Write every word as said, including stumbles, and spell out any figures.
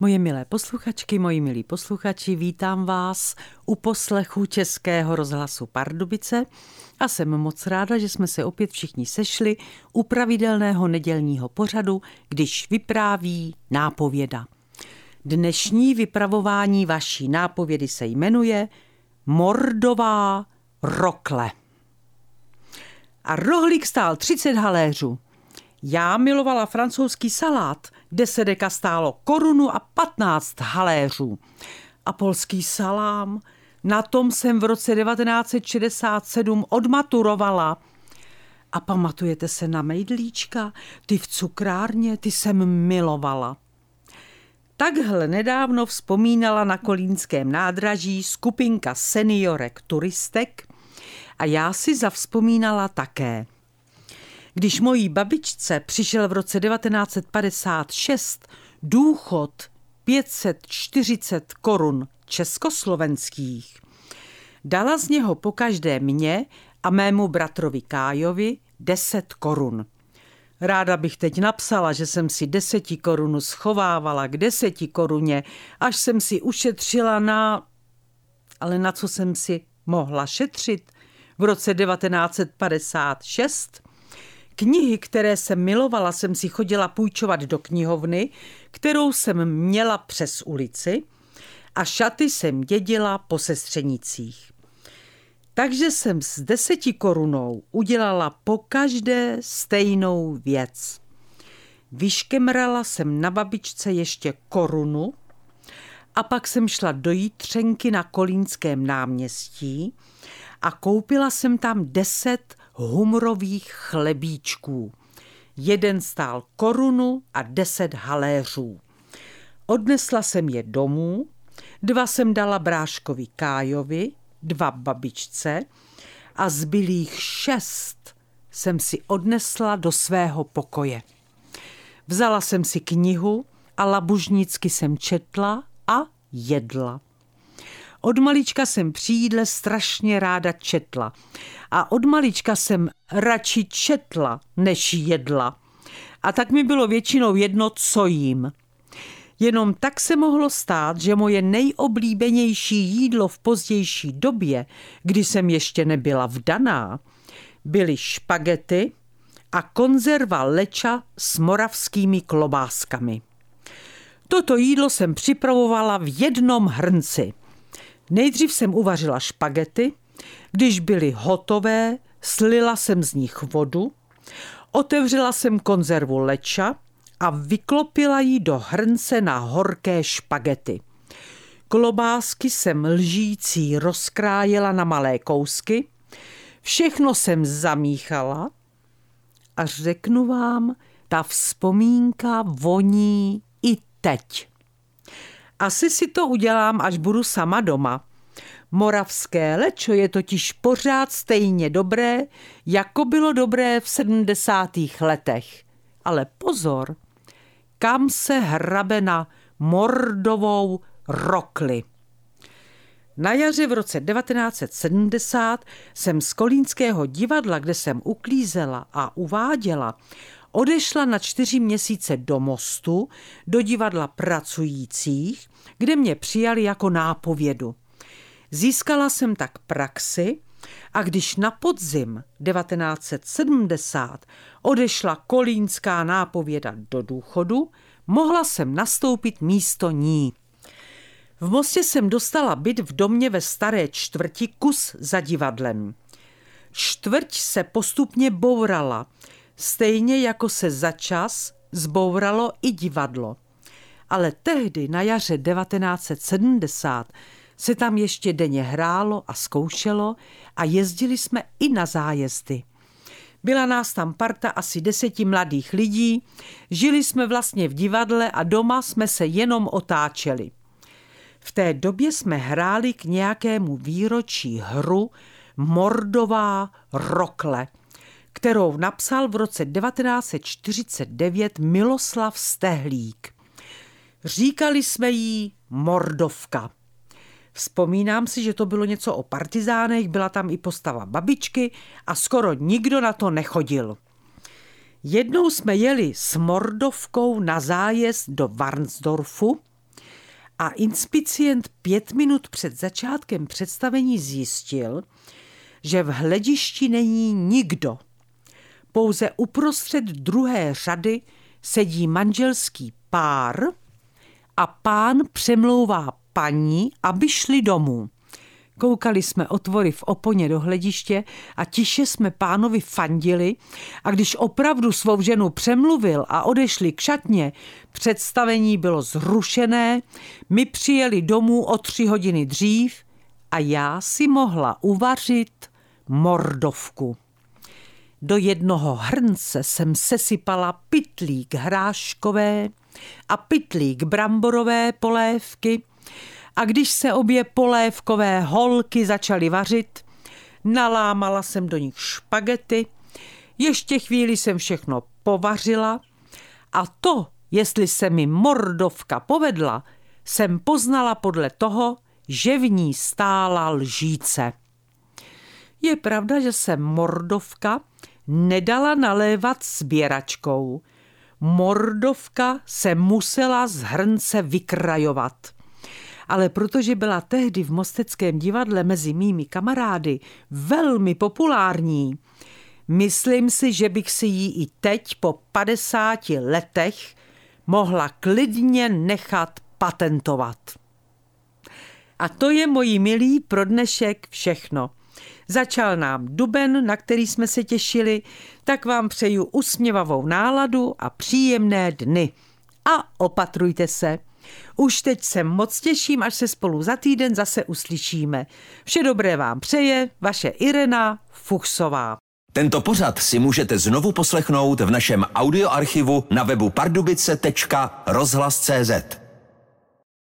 Moje milé posluchačky, moji milí posluchači, vítám vás u poslechu Českého rozhlasu Pardubice a jsem moc ráda, že jsme se opět všichni sešli u pravidelného nedělního pořadu, když vypráví nápověda. Dnešní vypravování vaší nápovědy se jmenuje Mordová rokle. A rohlík stál třicet haléřů. Já milovala francouzský salát, deset deka stálo korunu a patnáct haléřů. A polský salám, na tom jsem v roce devatenáct set šedesát sedm odmaturovala. A pamatujete se na mejdlíčka? Ty v cukrárně, ty jsem milovala. Takhle nedávno vzpomínala na kolínském nádraží skupinka seniorek turistek a já si zavzpomínala také. Když mojí babičce přišel v roce devatenáct set padesát šest důchod pět set čtyřicet korun československých, dala z něho pokaždé mně a mému bratrovi Kájovi deset korun. Ráda bych teď napsala, že jsem si deseti korunu schovávala k deseti koruně, až jsem si ušetřila na... Ale na co jsem si mohla šetřit v roce devatenáct set padesát šest? Knihy, které jsem milovala, jsem si chodila půjčovat do knihovny, kterou jsem měla přes ulici, a šaty jsem dědila po sestřenicích. Takže jsem s deseti korunou udělala pokaždé stejnou věc. Vyškemrala jsem na babičce ještě korunu a pak jsem šla do Jitřenky na Kolínském náměstí a koupila jsem tam deset humrových chlebíčků. Jeden stál korunu a deset haléřů. Odnesla jsem je domů, dva jsem dala bráškovi Kájovi, dva babičce a zbylých šest jsem si odnesla do svého pokoje. Vzala jsem si knihu a labužnicky jsem četla a jedla. Od malička jsem při jídle strašně ráda četla a od malička jsem radši četla, než jedla. A tak mi bylo většinou jedno, co jím. Jenom tak se mohlo stát, že moje nejoblíbenější jídlo v pozdější době, kdy jsem ještě nebyla vdaná, byly špagety a konzerva leča s moravskými klobáskami. Toto jídlo jsem připravovala v jednom hrnci. Nejdřív jsem uvařila špagety, když byly hotové, slila jsem z nich vodu, otevřela jsem konzervu leča a vyklopila ji do hrnce na horké špagety. Klobásky jsem lžící rozkrájela na malé kousky, všechno jsem zamíchala a řeknu vám, ta vzpomínka voní i teď. Asi si to udělám, až budu sama doma. Moravské lečo je totiž pořád stejně dobré, jako bylo dobré v sedmdesátých letech. Ale pozor, kam se hrabe na Mordovou rokli. Na jaře v roce devatenáct set sedmdesát jsem z Kolínského divadla, kde jsem uklízela a uváděla, odešla na čtyři měsíce do Mostu, do divadla pracujících, kde mě přijali jako nápovědu. Získala jsem tak praxi a když na podzim devatenáct set sedmdesát odešla kolínská nápověda do důchodu, mohla jsem nastoupit místo ní. V Mostě jsem dostala byt v domě ve staré čtvrti kus za divadlem. Čtvrť se postupně bourala, stejně jako se začas zbouralo i divadlo. Ale tehdy na jaře devatenáct set sedmdesát se tam ještě denně hrálo a zkoušelo a jezdili jsme i na zájezdy. Byla nás tam parta asi deseti mladých lidí, žili jsme vlastně v divadle a doma jsme se jenom otáčeli. V té době jsme hráli k nějakému výročí hru Mordová rokle, kterou napsal v roce devatenáct set čtyřicet devět Miloslav Stehlík. Říkali jsme jí Mordovka. Vzpomínám si, že to bylo něco o partizánech, byla tam i postava babičky a skoro nikdo na to nechodil. Jednou jsme jeli s Mordovkou na zájezd do Varnsdorfu a inspicient pět minut před začátkem představení zjistil, že v hledišti není nikdo. Pouze uprostřed druhé řady sedí manželský pár a pán přemlouvá paní, aby šli domů. Koukali jsme otvory v oponě do hlediště a tiše jsme pánovi fandili a když opravdu svou ženu přemluvil a odešli k šatně, představení bylo zrušené, my přijeli domů o tři hodiny dřív a já si mohla uvařit mordovku. Do jednoho hrnce jsem sesypala pytlík hráškové a pytlík bramborové polévky a když se obě polévkové holky začaly vařit, nalámala jsem do nich špagety, ještě chvíli jsem všechno povařila a to, jestli se mi mordovka povedla, jsem poznala podle toho, že v ní stála lžíce. Je pravda, že se mordovka nedala nalévat sběračkou. Mordovka se musela z hrnce vykrajovat. Ale protože byla tehdy v Mosteckém divadle mezi mými kamarády velmi populární, myslím si, že bych si ji i teď po padesáti letech mohla klidně nechat patentovat. A to je, moji milí, pro dnešek všechno. Začal nám duben, na který jsme se těšili, tak vám přeju usměvavou náladu a příjemné dny. A opatrujte se. Už teď se moc těším, až se spolu za týden zase uslyšíme. Vše dobré vám přeje vaše Irena Fuchsová. Tento pořad si můžete znovu poslechnout v našem audioarchivu na webu pardubice tečka rozhlas tečka cé zet.